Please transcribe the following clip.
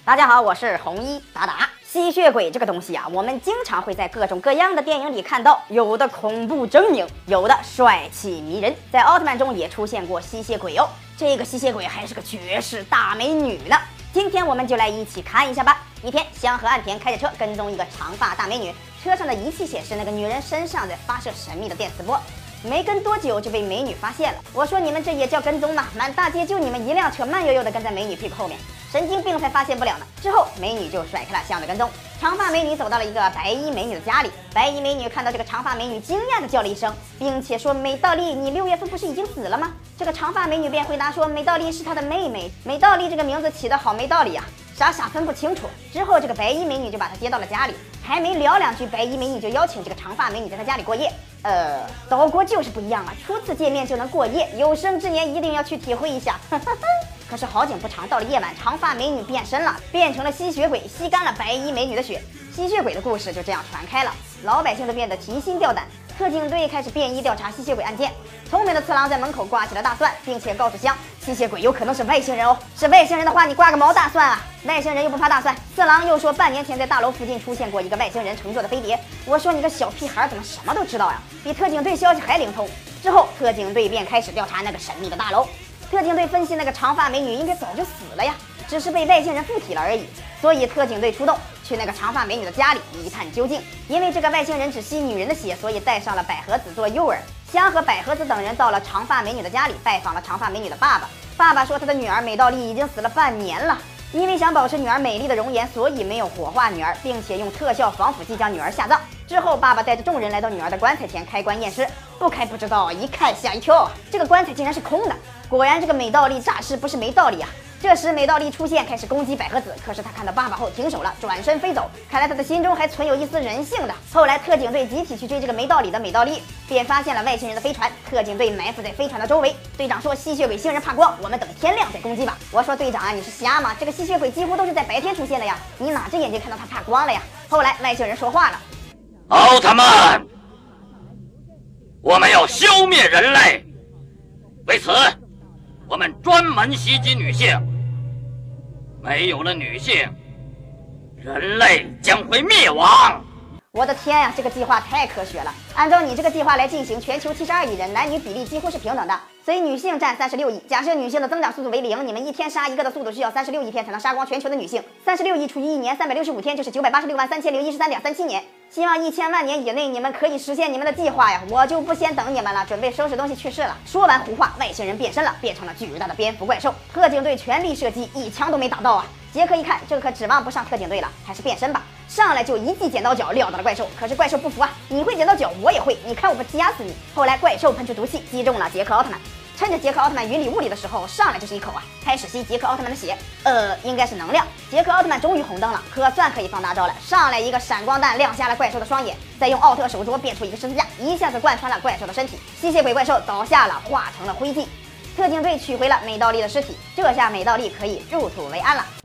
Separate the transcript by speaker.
Speaker 1: 大家好，我是红衣达达。吸血鬼这个东西啊，我们经常会在各种各样的电影里看到，有的恐怖狰狞，有的帅气迷人。在奥特曼中也出现过吸血鬼哦，这个吸血鬼还是个绝世大美女呢。今天我们就来一起看一下吧。一天，香和岸田开着车跟踪一个长发大美女，车上的仪器显示那个女人身上在发射神秘的电磁波。没跟多久就被美女发现了。我说你们这也叫跟踪吗？满大街就你们一辆车，慢悠悠的跟在美女屁股后面，神经病才发现不了呢。之后美女就甩开了向着跟踪。长发美女走到了一个白衣美女的家里，白衣美女看到这个长发美女，惊讶的叫了一声，并且说：“美道莉，你6月份不是已经死了吗？”这个长发美女便回答说：“美道莉是她的妹妹。”美道莉这个名字起得好没道理啊，傻分不清楚。之后这个白衣美女就把她接到了家里，还没聊两句，白衣美女就邀请这个长发美女在她家里过夜。岛国就是不一样啊，初次见面就能过夜，有生之年一定要去体会一下。可是好景不长，到了夜晚，长发美女变身了，变成了吸血鬼，吸干了白衣美女的血。吸血鬼的故事就这样传开了，老百姓都变得提心吊胆。特警队开始便衣调查吸血鬼案件。聪明的次郎在门口挂起了大蒜，并且告诉香，吸血鬼有可能是外星人哦，是外星人的话，你挂个毛大蒜啊！外星人又不怕大蒜。次郎又说，半年前在大楼附近出现过一个外星人乘坐的飞碟。我说你个小屁孩怎么什么都知道呀？比特警队消息还灵通。之后特警队便开始调查那个神秘的大楼。特警队分析，那个长发美女应该早就死了呀，只是被外星人附体了而已。所以特警队出动，去那个长发美女的家里一探究竟。因为这个外星人只吸女人的血，所以带上了百合子做诱饵。香和百合子等人到了长发美女的家里，拜访了长发美女的爸爸。爸爸说他的女儿美道莉已经死了半年了，因为想保持女儿美丽的容颜，所以没有火化女儿，并且用特效防腐剂将女儿下葬。之后爸爸带着众人来到女儿的棺材前开棺验尸，不开不知道，一看吓一跳啊，这个棺材竟然是空的。果然这个美道莉诈尸不是没道理啊。这时美道莉出现，开始攻击百合子，可是她看到爸爸后停手了，转身飞走。看来她的心中还存有一丝人性的。后来特警队集体去追这个没道理的美道莉，便发现了外星人的飞船。特警队埋伏在飞船的周围。队长说，吸血鬼星人怕光，我们等天亮再攻击吧。我说队长啊，你是瞎吗？这个吸血鬼几乎都是在白天出现的呀，你哪只眼睛看到他怕光了呀？后来外星人说话了，
Speaker 2: 奥特曼，我们要消灭人类，为此我们专门袭击女性，没有了女性，人类将会灭亡。
Speaker 1: 我的天呀，这个计划太科学了！按照你这个计划来进行，全球72亿人，男女比例几乎是平等的，所以女性占36亿。假设女性的增长速度为0，你们一天杀一个的速度需要36亿天才能杀光全球的女性。36亿除以1年365天就是9863013.37年。希望1000万年以内你们可以实现你们的计划呀！我就不先等你们了，准备收拾东西去世了。说完胡话，外星人变身了，变成了巨大的蝙蝠怪兽。特警队全力射击，一枪都没打到啊！杰克一看，这可指望不上特警队了，还是变身吧。上来就一记剪刀脚撂倒了怪兽，可是怪兽不服啊！你会剪刀脚，我也会，你看我不夹死你！后来怪兽喷出毒气，击中了杰克奥特曼。趁着杰克奥特曼云里雾里的时候，上来就是一口啊，开始吸杰克奥特曼的血，应该是能量。杰克奥特曼终于红灯了，算可以放大招了。上来一个闪光弹亮瞎了怪兽的双眼，再用奥特手镯变出一个十字架，一下子贯穿了怪兽的身体。吸血鬼怪兽倒下了，化成了灰烬。特警队取回了美道莉的尸体，这下美道莉可以入土为安了。